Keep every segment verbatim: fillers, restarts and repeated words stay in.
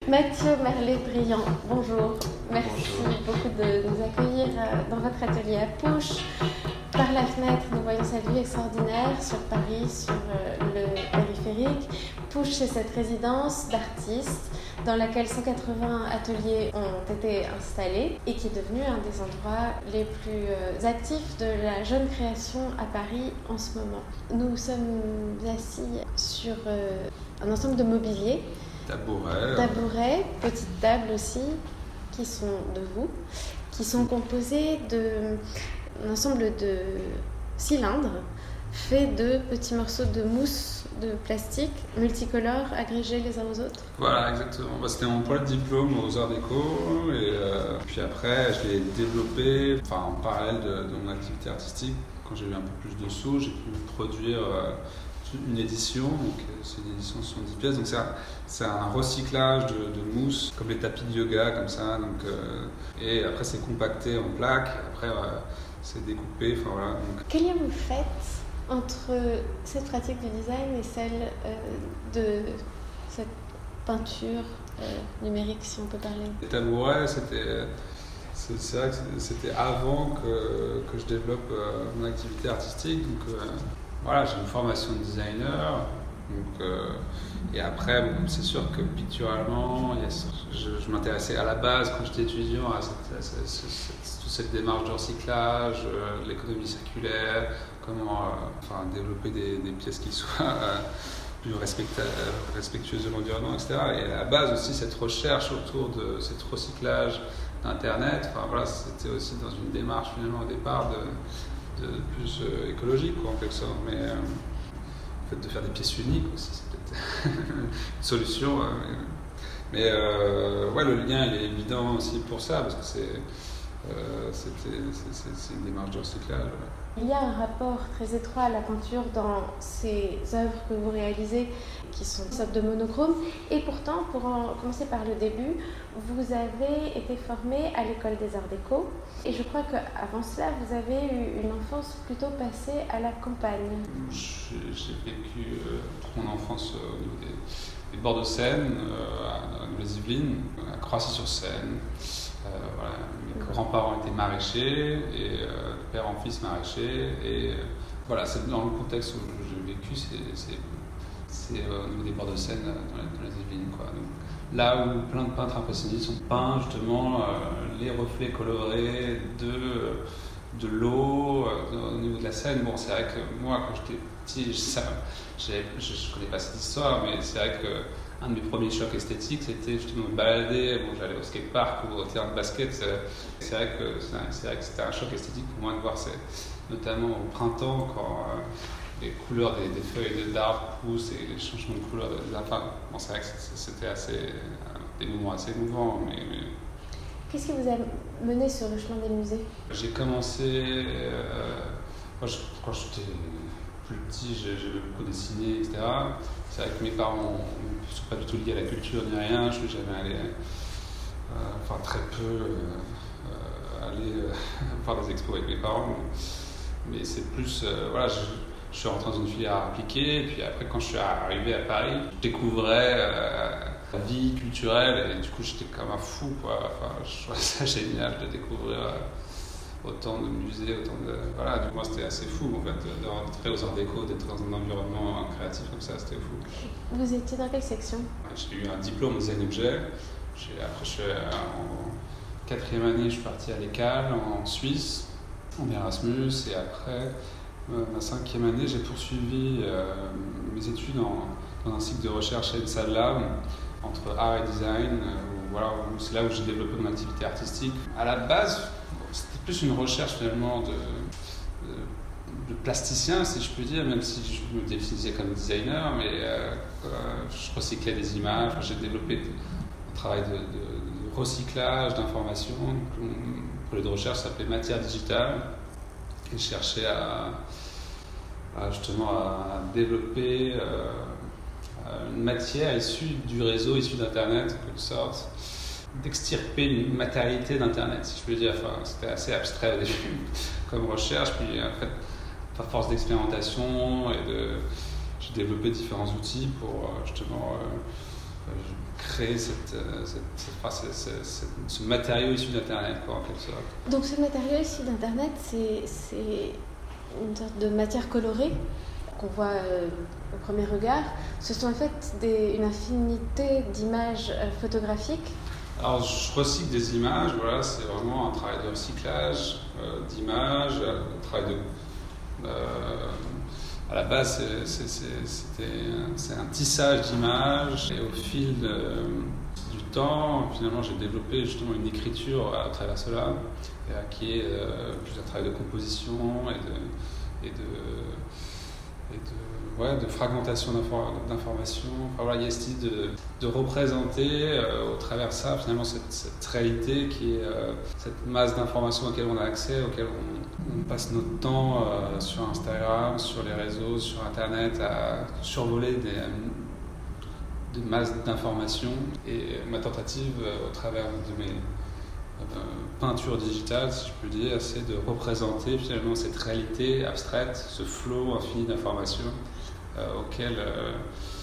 Mathieu Merlet-Briand, bonjour. Merci bonjour. beaucoup de nous accueillir dans votre atelier à Pouches. Par la fenêtre, nous voyons cette vue extraordinaire sur Paris, sur le périphérique. Pouches, c'est cette résidence d'artistes dans laquelle cent quatre-vingts ateliers ont été installés et qui est devenu un des endroits les plus actifs de la jeune création à Paris en ce moment. Nous sommes assis sur un ensemble de mobilier. Tabourets. Tabourets, petites tables aussi, qui sont de vous, qui sont composées d'un ensemble de cylindres faits de petits morceaux de mousse de plastique multicolores agrégés les uns aux autres. Voilà, exactement. Bah, c'était mon projet de diplôme aux Arts Déco et euh, puis après je l'ai développé enfin, en parallèle de, de mon activité artistique. Quand j'ai eu un peu plus de sous, j'ai pu produire euh, une édition, donc c'est une édition de soixante-dix pièces, donc c'est un, c'est un recyclage de, de mousse, comme les tapis de yoga, comme ça, donc, euh, et après c'est compacté en plaques, après euh, c'est découpé, enfin voilà. Donc. Quel lien vous faites entre cette pratique du design et celle euh, de cette peinture euh, numérique, si on peut parler? Les tabourets, c'était, c'est, c'est vrai que c'était avant que, que je développe euh, mon activité artistique, donc euh, voilà, j'ai une formation de designer, donc, euh, et après, bon, c'est sûr que picturalement, yes, je, je m'intéressais à la base, quand j'étais étudiant, à, cette, à cette, cette, toute cette démarche de recyclage, euh, de l'économie circulaire, comment euh, enfin, développer des, des pièces qui soient euh, plus respectueuses de l'environnement, et cetera. Et à la base aussi, cette recherche autour de cet recyclage d'Internet, enfin, voilà, c'était aussi dans une démarche finalement au départ de de plus euh, écologique quoi, en quelque sorte, mais euh, le fait de faire des pièces uniques aussi c'est peut-être une solution, euh, mais, mais euh, ouais, le lien il est évident aussi pour ça parce que c'est, euh, c'était, c'est, c'est, c'est une démarche de recyclage. Ouais. Il y a un rapport très étroit à la peinture dans ces œuvres que vous réalisez qui sont une sorte de monochrome et pourtant, pour en commencer par le début, vous avez été formé à l'école des Arts Déco et je crois qu'avant cela, vous avez eu une enfance plutôt passée à la campagne. J'ai, j'ai vécu euh, toute mon enfance euh, au niveau des, des bords de Seine, euh, à les-Yvelines, à Croissy-sur-Seine. Euh, voilà. Mes grands-parents étaient maraîchers et euh, père en fils maraîcher et euh, voilà, c'est dans le contexte où j'ai vécu, c'est, c'est, c'est euh, au niveau des bords de Seine dans les, dans les Yvelines, quoi. Donc, là où plein de peintres impressionnistes ont peint justement euh, les reflets colorés de, de l'eau euh, au niveau de la Seine. Bon, c'est vrai que moi quand j'étais petit, je ne connais pas cette histoire, mais c'est vrai que un de mes premiers chocs esthétiques, c'était justement me balader. Bon, j'allais au skatepark ou au terrain de basket. C'est, c'est, vrai que, c'est vrai que c'était un choc esthétique pour moi de voir, c'est, notamment au printemps, quand euh, les couleurs des, des feuilles d'arbres poussent et les changements de couleurs des arbres. Enfin, bon, c'est vrai que c'était assez, euh, des moments assez émouvants. Mais, mais... Qu'est-ce qui vous a mené sur le chemin des musées? J'ai commencé, euh, moi, je, quand j'étais plus petit, j'ai, j'ai beaucoup dessiné, et cetera. C'est vrai que mes parents ne sont pas du tout liés à la culture ni rien. Je suis jamais allé, euh, enfin très peu, euh, aller euh, voir des expos avec mes parents. Mais c'est plus, euh, voilà, je, je suis rentré dans une filière appliquée. Et puis après, quand je suis arrivé à Paris, je découvrais euh, la vie culturelle et du coup, j'étais comme un fou, quoi. Enfin, je trouvais ça génial de découvrir euh, autant de musées, autant de... Voilà, du coup, c'était assez fou, en fait, de, de rentrer aux Arts Déco, d'être dans un environnement créatif comme ça, c'était fou. Vous étiez dans quelle section? J'ai eu un diplôme au design objet. J'ai, après, je suis, en quatrième année, je suis parti à l'École, en Suisse, en Erasmus, et après, euh, ma cinquième année, j'ai poursuivi euh, mes études en, dans un cycle de recherche à Inside Lab, entre art et design, euh, où, voilà, où c'est là où j'ai développé mon activité artistique. À la base, c'était plus une recherche finalement de, de, de plasticien, si je peux dire, même si je me définissais comme designer, mais euh, je recyclais des images, j'ai développé un travail de, de, de recyclage d'informations. Mon projet de recherche s'appelait Matière digitale et je cherchais à, à justement à développer euh, une matière issue du réseau, issue d'Internet, en quelque sorte, d'extirper une matérialité d'Internet, si je peux dire. Enfin, c'était assez abstrait au début comme recherche, puis en fait, à force d'expérimentation, et de, j'ai développé différents outils pour justement euh, créer cette, cette, cette, cette, cette, ce matériau issu d'Internet, quoi, en quelque sorte. Donc ce matériau issu d'Internet, c'est, c'est une sorte de matière colorée qu'on voit euh, au premier regard. Ce sont en fait des, une infinité d'images euh, photographiques. Alors je recycle des images, voilà, c'est vraiment un travail de recyclage euh, d'images, un travail de... Euh, à la base, c'est, c'est, c'est, c'était, c'est un tissage d'images, et au fil de, du temps, finalement, j'ai développé justement une écriture à travers cela, qui est euh, plus un travail de composition et de, et de, et de, ouais, de fragmentation d'informations. Enfin, voilà, il y a cette idée de, de représenter euh, au travers de ça, finalement, cette, cette réalité qui est euh, cette masse d'informations auxquelles on a accès, auxquelles on, on passe notre temps euh, sur Instagram, sur les réseaux, sur Internet, à survoler des, des masses d'informations. Et ma tentative, euh, au travers de mes euh, peintures digitales, si je peux dire, c'est de représenter finalement cette réalité abstraite, ce flot infini d'informations euh, auquel, euh,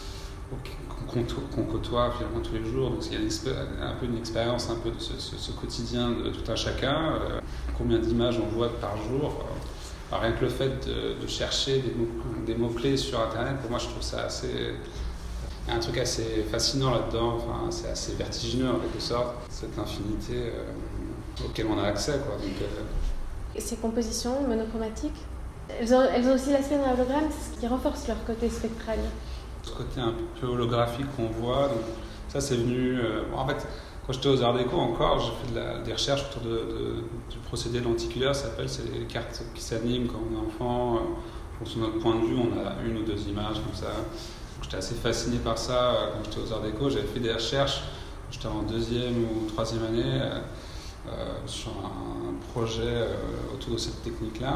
auquel qu'on côtoie finalement tous les jours. Donc il y a une, un peu une expérience un peu de ce, ce, ce quotidien de tout un chacun. Euh, combien d'images on voit par jour. Enfin, rien que le fait de, de chercher des, mots, des mots-clés sur Internet, pour moi je trouve ça assez... Il y a un truc assez fascinant là-dedans, enfin, c'est assez vertigineux en quelque sorte, cette infinité euh, auquel on a accès, quoi. Donc, euh... Ces compositions monochromatiques, elles ont, elles ont aussi l'aspect d'un hologramme, c'est ce qui renforce leur côté spectral. Ce côté un peu holographique qu'on voit, donc, ça c'est venu... Euh, bon, en fait, quand j'étais aux Arts Déco encore, j'ai fait de la, des recherches autour de, de, du procédé lenticulaire, ça s'appelle, c'est les cartes qui s'animent quand on est enfant. Euh, en fonction de notre point de vue, on a une ou deux images comme ça. J'étais assez fasciné par ça euh, quand j'étais aux Arts Déco. J'avais fait des recherches, j'étais en deuxième ou troisième année, euh, euh, sur un projet euh, autour de cette technique-là.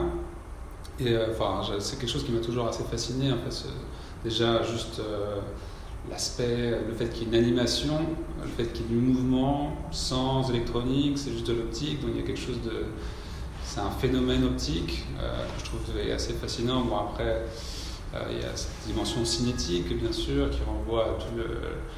Et euh, enfin, c'est quelque chose qui m'a toujours assez fasciné. En fait, déjà, juste euh, l'aspect, le fait qu'il y ait une animation, le fait qu'il y ait du mouvement sans électronique, c'est juste de l'optique. Donc il y a quelque chose de... C'est un phénomène optique euh, que je trouve assez fascinant. Bon, après... Euh, il y a cette dimension cinétique, bien sûr, qui renvoie à tout le,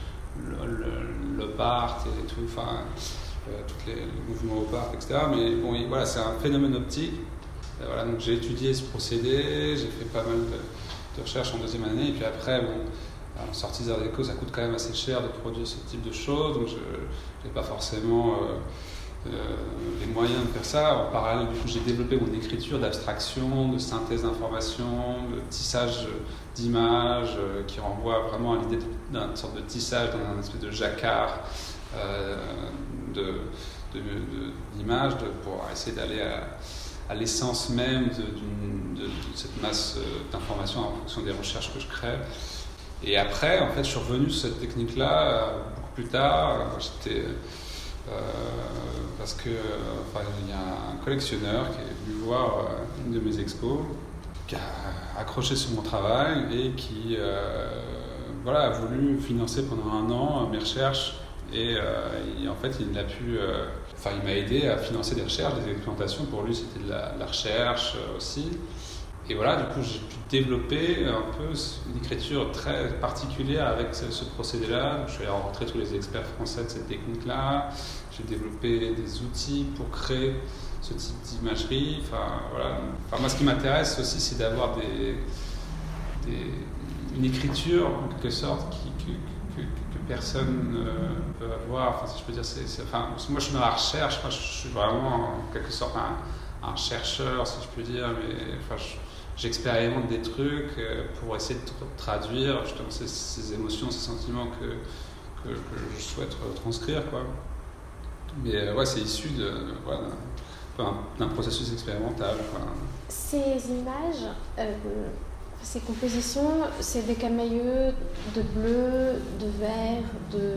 le, le, l'op art et tout, enfin, euh, tous les, les mouvements op art, et cetera. Mais bon, voilà, c'est un phénomène optique. Euh, voilà, donc j'ai étudié ce procédé, j'ai fait pas mal de, de recherches en deuxième année, et puis après, bon, en sortie des Arts Déco, ça coûte quand même assez cher de produire ce type de choses, donc je n'ai pas forcément... Euh, Euh, les moyens de faire ça. En parallèle, du coup, j'ai développé mon écriture d'abstraction, de synthèse d'informations, de tissage d'images euh, qui renvoie vraiment à l'idée d'une sorte de tissage dans un espèce de jacquard euh, de, de, de, d'images de, pour essayer d'aller à, à l'essence même de, de, de cette masse d'informations en fonction des recherches que je crée. Et après, en fait, je suis revenu sur cette technique-là euh, beaucoup plus tard. J'étais Euh, parce que enfin, il y a un collectionneur qui est venu voir euh, une de mes expos, qui a accroché sur mon travail et qui euh, voilà, a voulu financer pendant un an mes recherches et, euh, et en fait il a pu euh, enfin il m'a aidé à financer des recherches, des expérimentations. Pour lui c'était de la, de la recherche euh, aussi. Et voilà, du coup, j'ai pu développer un peu une écriture très particulière avec ce, ce procédé-là. Je suis allé rencontrer tous les experts français de cette technique-là. J'ai développé des outils pour créer ce type d'imagerie. Enfin, voilà. Enfin, moi, ce qui m'intéresse aussi, c'est d'avoir des, des, une écriture, en quelque sorte, qui, que, que, que personne ne peut avoir. Enfin, si je peux dire, c'est, c'est, enfin, moi, je suis dans la recherche. Moi, je suis vraiment, en quelque sorte, un, un chercheur, si je peux dire. Mais, enfin, je, j'expérimente des trucs pour essayer de traduire justement ces, ces émotions, ces sentiments que, que, que je souhaite transcrire, quoi. Mais ouais, c'est issu de, ouais, d'un, d'un processus expérimental, quoi. Ces images, euh, ces compositions, c'est des camailleux de bleu, de vert,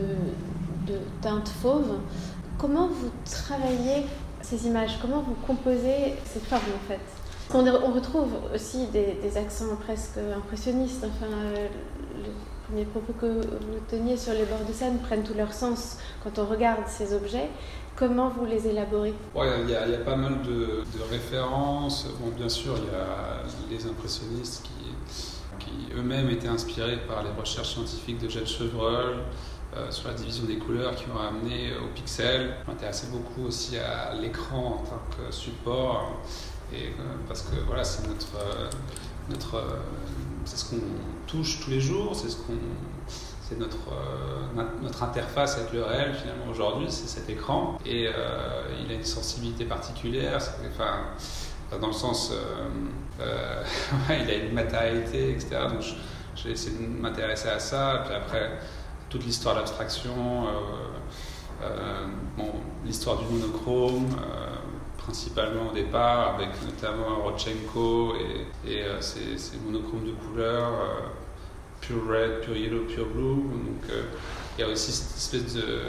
de, de teinte fauve. Comment vous travaillez ces images? Comment vous composez ces formes, en fait? On, on retrouve aussi des, des accents presque impressionnistes. Enfin, euh, les premiers propos que vous teniez sur les bords de Seine prennent tout leur sens quand on regarde ces objets. Comment vous les élaborez? Il ouais, y, y a pas mal de, de références. Bon, bien sûr, il y a les impressionnistes qui, qui eux-mêmes étaient inspirés par les recherches scientifiques de Jacques Chevreul. euh, sur la division des couleurs qui m'ont amené au pixel. Je m'intéressais beaucoup aussi à l'écran en tant que support, et, euh, parce que voilà, c'est notre, euh, notre, euh, c'est ce qu'on touche tous les jours, c'est, ce qu'on, c'est notre, euh, notre interface avec le réel finalement aujourd'hui, c'est cet écran, et euh, il a une sensibilité particulière, enfin, dans le sens, euh, euh, ouais, il a une matérialité, et cetera. Donc je, j'ai essayé de m'intéresser à ça, puis après toute l'histoire de l'abstraction, euh, euh, bon, l'histoire du monochrome, euh, principalement au départ, avec notamment Rodchenko et, et euh, ces, ces monochromes de couleurs, euh, pure red, pure yellow, pure blue. Donc euh, il y a aussi cette espèce de,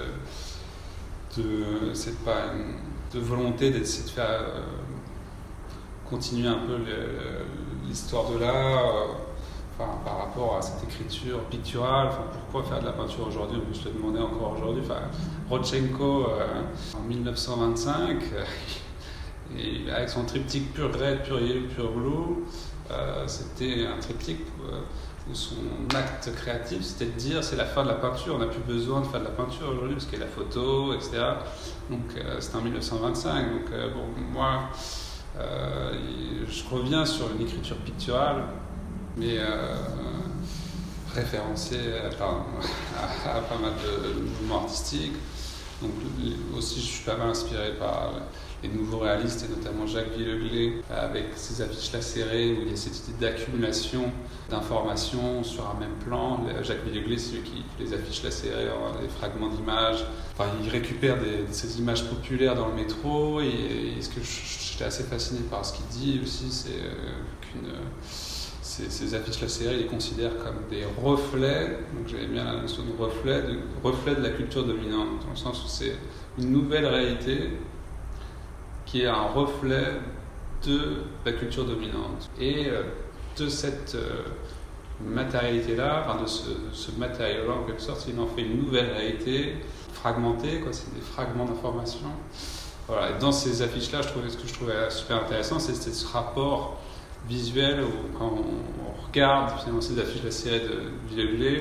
de, c'est pas une, de volonté d'essayer de faire euh, continuer un peu le, l'histoire de l'art. Euh, Enfin, par rapport à cette écriture picturale, enfin, pourquoi faire de la peinture aujourd'hui? On peut se le demander encore aujourd'hui. Enfin, Rodchenko, euh, en dix-neuf cent vingt-cinq, euh, et avec son triptyque pure red, pure yellow, pure blue, euh, c'était un triptyque euh, où son acte créatif, c'était de dire c'est la fin de la peinture, on n'a plus besoin de faire de la peinture aujourd'hui parce qu'il y a la photo, et cetera. Donc euh, c'était en dix-neuf cent vingt-cinq. Donc euh, bon, moi, euh, je reviens sur une écriture picturale, mais euh, référencé à, à, à pas mal de mouvements artistiques. Donc aussi, je suis pas mal inspiré par les nouveaux réalistes, et notamment Jacques Villeglé, avec ses affiches lacérées, où il y a cette idée d'accumulation d'informations sur un même plan. Jacques Villeglé, c'est celui qui fait les affiches lacérées, des fragments d'images. Enfin, il récupère des, ces images populaires dans le métro, et, et ce que j'étais assez fasciné par ce qu'il dit aussi, c'est qu'une... Ces, ces affiches lacérées, ils les considèrent comme des reflets, donc j'aimais bien la notion de reflet, de reflet de la culture dominante, dans le sens où c'est une nouvelle réalité qui est un reflet de la culture dominante. Et euh, de cette euh, matérialité-là, enfin de ce, ce matériau-là en quelque sorte, il en fait une nouvelle réalité fragmentée, quoi, c'est des fragments d'information. Voilà. Et dans ces affiches-là, je trouvais, ce que je trouvais super intéressant, c'était ce rapport visuel où quand on regarde finalement ces affiches lacérées de Villeglé,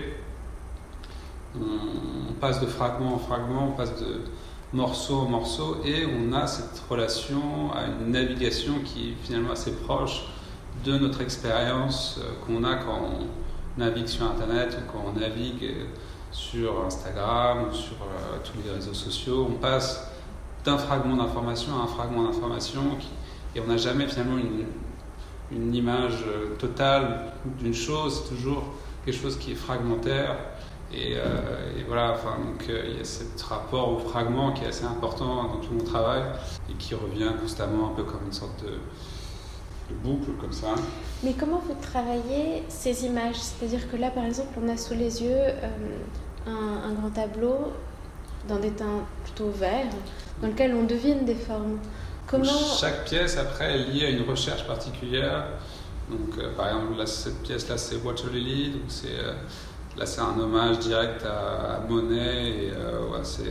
on, on passe de fragment en fragment, on passe de morceau en morceau, et on a cette relation à une navigation qui est finalement assez proche de notre expérience qu'on a quand on navigue sur Internet ou quand on navigue sur Instagram ou sur euh, tous les réseaux sociaux. On passe d'un fragment d'information à un fragment d'information qui, et on n'a jamais finalement une une image totale d'une chose, c'est toujours quelque chose qui est fragmentaire, et, euh, et voilà, enfin, donc euh, il y a ce rapport au fragment qui est assez important dans tout mon travail et qui revient constamment un peu comme une sorte de, de boucle comme ça. Mais comment vous travaillez ces images? C'est-à-dire que là par exemple on a sous les yeux euh, un, un grand tableau dans des teints plutôt verts dans lequel on devine des formes. Comment... Chaque pièce, après, est liée à une recherche particulière. Donc, euh, par exemple, là, cette pièce-là, c'est Water Lily. Donc, c'est, euh, là, c'est un hommage direct à, à Monet et euh, ouais, c'est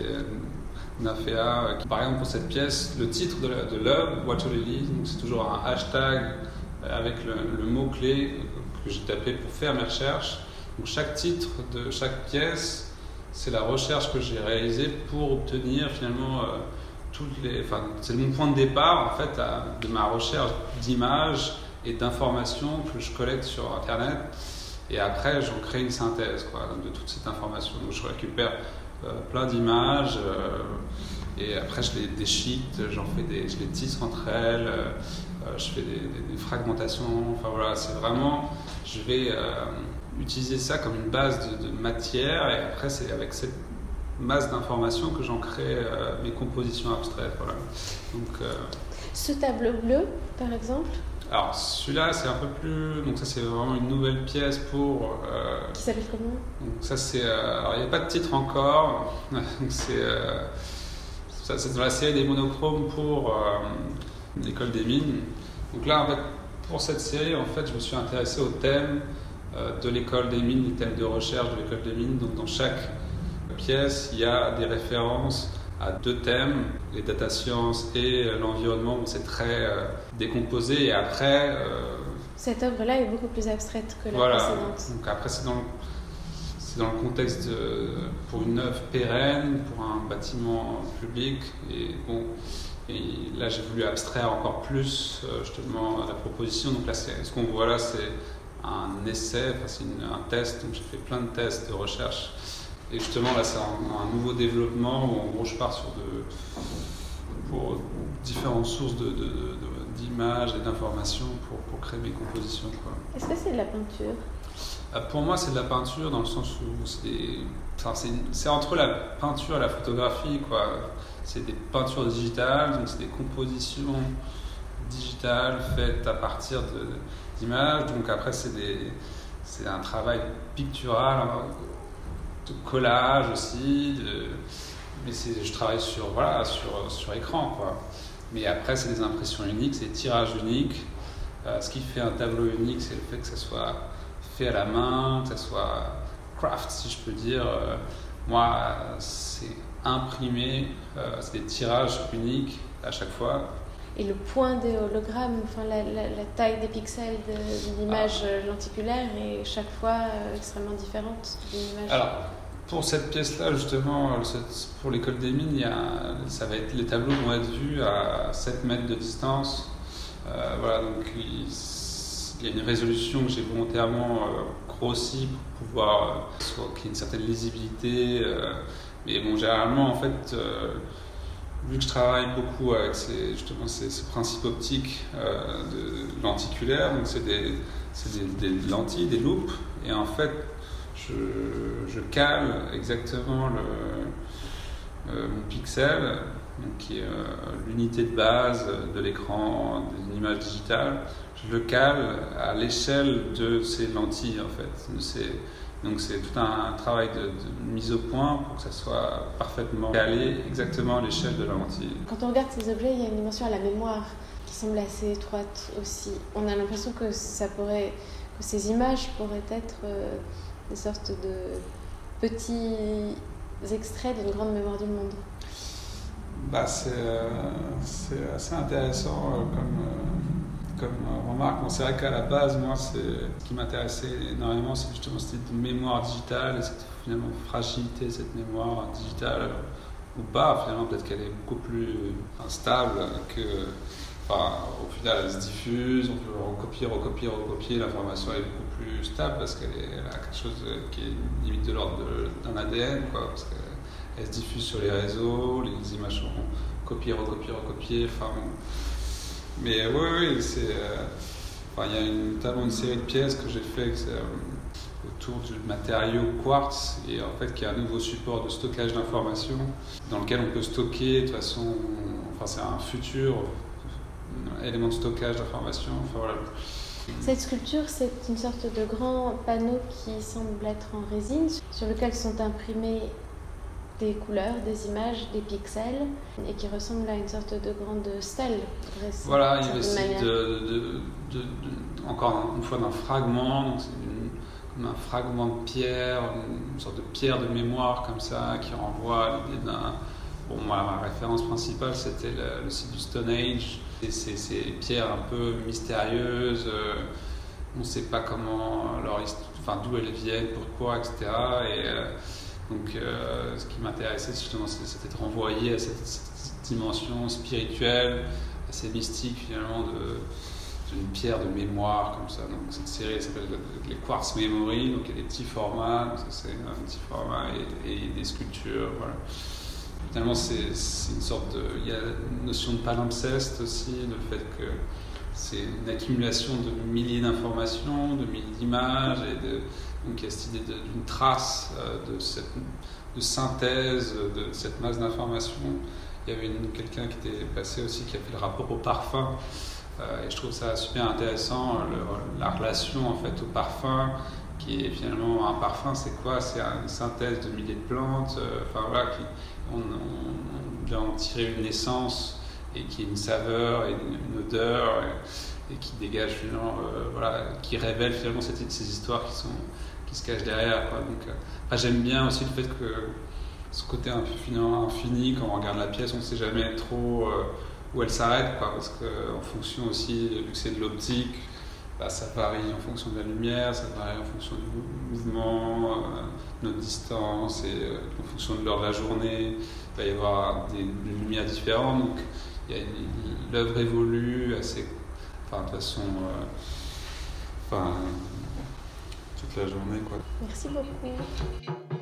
Naféa. Par exemple, pour cette pièce, le titre de, la, de l'œuvre, Water Lily, donc c'est toujours un hashtag avec le, le mot-clé que j'ai tapé pour faire mes recherches. Donc, chaque titre de chaque pièce, c'est la recherche que j'ai réalisée pour obtenir finalement... Euh, Toutes les, enfin, c'est mon point de départ en fait à, de ma recherche d'images et d'informations que je collecte sur Internet, et après j'en crée une synthèse quoi, de toute cette information. Donc je récupère euh, plein d'images euh, et après je les déchiquete, j'en fais des, je les tisse entre elles, euh, je fais des, des, des fragmentations. Enfin voilà, c'est vraiment, je vais euh, utiliser ça comme une base de, de matière, et après c'est avec cette masse d'informations que j'en crée euh, mes compositions abstraites. Voilà. Donc, euh... Ce tableau bleu, par exemple? Alors, celui-là, c'est un peu plus... Donc ça, c'est vraiment une nouvelle pièce pour... Euh... Qui s'appelle comment? Donc ça, c'est... Euh... Alors, il n'y a pas de titre encore. Donc c'est... Euh... Ça, c'est dans la série des monochromes pour euh, l'école des mines. Donc là, en fait, pour cette série, en fait, je me suis intéressé au thème euh, de l'école des mines, les thèmes de recherche de l'école des mines. Donc dans chaque pièce, il y a des références à deux thèmes, les data science et l'environnement, où c'est très euh, décomposé, et après... Euh, Cette œuvre-là est beaucoup plus abstraite que la voilà. précédente. Donc après, c'est dans, c'est dans le contexte de, pour une œuvre pérenne, pour un bâtiment public. Et bon, et là j'ai voulu abstraire encore plus euh, justement la proposition. Donc là, c'est, ce qu'on voit là, c'est un essai, enfin, c'est une, un test. Donc j'ai fait plein de tests de recherche. Et justement là, c'est un, un nouveau développement où en gros je pars sur de, pour différentes sources de, de, de, d'images et d'informations pour, pour créer mes compositions, quoi. Est-ce que c'est de la peinture ? Pour moi, c'est de la peinture dans le sens où c'est, des, enfin, c'est, c'est entre la peinture et la photographie, quoi. C'est des peintures digitales, donc c'est des compositions digitales faites à partir de, d'images. Donc après, c'est, des, c'est un travail pictural, de collage aussi. De, mais c'est, je travaille sur, voilà, sur, sur écran, quoi. Mais après, c'est des impressions uniques, c'est des tirages uniques. Euh, ce qui fait un tableau unique, c'est le fait que ça soit fait à la main, que ça soit craft, si je peux dire. Euh, moi, c'est imprimé, euh, c'est des tirages uniques à chaque fois. Et le point des hologrammes, enfin, la, la, la taille des pixels de, de l'image ah. lenticulaire est chaque fois euh, extrêmement différente d'une image. Alors, pour cette pièce-là, justement, pour l'école des mines, il y a, ça va être, les tableaux vont être vus à sept mètres de distance. Euh, voilà, donc il, il y a une résolution que j'ai volontairement euh, grossie pour pouvoir euh, soit qu'il y ait une certaine lisibilité. Euh, mais bon, généralement, en fait, euh, vu que je travaille beaucoup avec ces, justement ces, ces principes optiques euh, de lenticulaires, donc c'est, des, c'est des, des lentilles, des loupes, et en fait, je, je cale exactement le, euh, mon pixel, donc qui est euh, l'unité de base de l'écran d'une image digitale. Je le cale à l'échelle de ces lentilles, en fait. De ces, donc c'est tout un, un travail de, de mise au point pour que ça soit parfaitement calé exactement à l'échelle de la lentille. Quand on regarde ces objets, il y a une dimension à la mémoire qui semble assez étroite aussi. On a l'impression que ça pourrait, que ces images pourraient être euh, des sortes de petits extraits d'une grande mémoire du monde. Bah, c'est, euh, c'est assez intéressant euh, comme, euh, comme euh, remarque. Bon, c'est vrai qu'à la base, moi, c'est, ce qui m'intéressait énormément, c'est justement cette mémoire digitale et cette finalement fragilité, cette mémoire digitale, ou pas, finalement, peut-être qu'elle est beaucoup plus instable que. Enfin, au final, elle se diffuse, on peut recopier, recopier, recopier, l'information est beaucoup plus stable parce qu'elle est, elle a quelque chose qui est limite de l'ordre de, d'un A D N, quoi, parce qu'elle se diffuse sur les réseaux, les images sont copiées, recopiées, recopiées, enfin bon. Mais oui, oui, c'est. Euh, enfin, il y a une, notamment une série de pièces que j'ai fait que c'est, euh, autour du matériau quartz, et en fait, qui est un nouveau support de stockage d'informations dans lequel on peut stocker de toute façon. Enfin, c'est un futur élément de stockage d'informations. Enfin, voilà. Cette sculpture, c'est une sorte de grand panneau qui semble être en résine, sur lequel sont imprimées des couleurs, des images, des pixels, et qui ressemble à une sorte de grande stèle. Voilà, il y a de, de, de, de, de, encore une fois d'un fragment, donc c'est une, comme un fragment de pierre, une sorte de pierre de mémoire comme ça, qui renvoie à l'idée d'un... Bon, moi, ma référence principale, c'était le, le site du Stone Age. Et c'est ces pierres un peu mystérieuses, euh, on ne sait pas comment, leur, enfin, d'où elles viennent, pourquoi, et cetera. Et euh, donc, euh, ce qui m'intéressait, justement, c'était de renvoyer à cette, cette dimension spirituelle, assez mystique, finalement, de, d'une pierre de mémoire, comme ça. Donc, cette série, elle s'appelle les Quartz Memory, donc il y a des petits formats, donc ça, c'est un petit format, et, et des sculptures, voilà. Finalement, c'est, c'est une sorte de... Il y a une notion de palimpseste aussi, le fait que c'est une accumulation de milliers d'informations, de milliers d'images, et de, donc il y a cette idée de, d'une trace, euh, de, cette, de synthèse de cette masse d'informations. Il y avait une, quelqu'un qui était passé aussi, qui a fait le rapport au parfum, euh, et je trouve ça super intéressant, le, la relation en fait au parfum, qui est finalement un parfum, c'est quoi? C'est une synthèse de milliers de plantes, euh, enfin voilà, qui, on, on, on vient en tirer une essence et qui est une saveur et une, une odeur et, et qui dégage finalement, euh, voilà, qui révèle finalement cette, ces histoires qui sont qui se cachent derrière, quoi. Donc, euh, enfin, j'aime bien aussi le fait que ce côté un peu finalement infini, quand on regarde la pièce, on ne sait jamais trop euh, où elle s'arrête, quoi, parce qu'en fonction aussi, vu que c'est de l'optique, bah, ça varie en fonction de la lumière, ça varie en fonction du mouvement, euh, de notre distance et euh, en fonction de l'heure de la journée. Il va y avoir des, des lumières différentes, donc il y a une- l'œuvre évolue assez, enfin, de façon, euh, enfin, toute la journée, quoi. Merci beaucoup.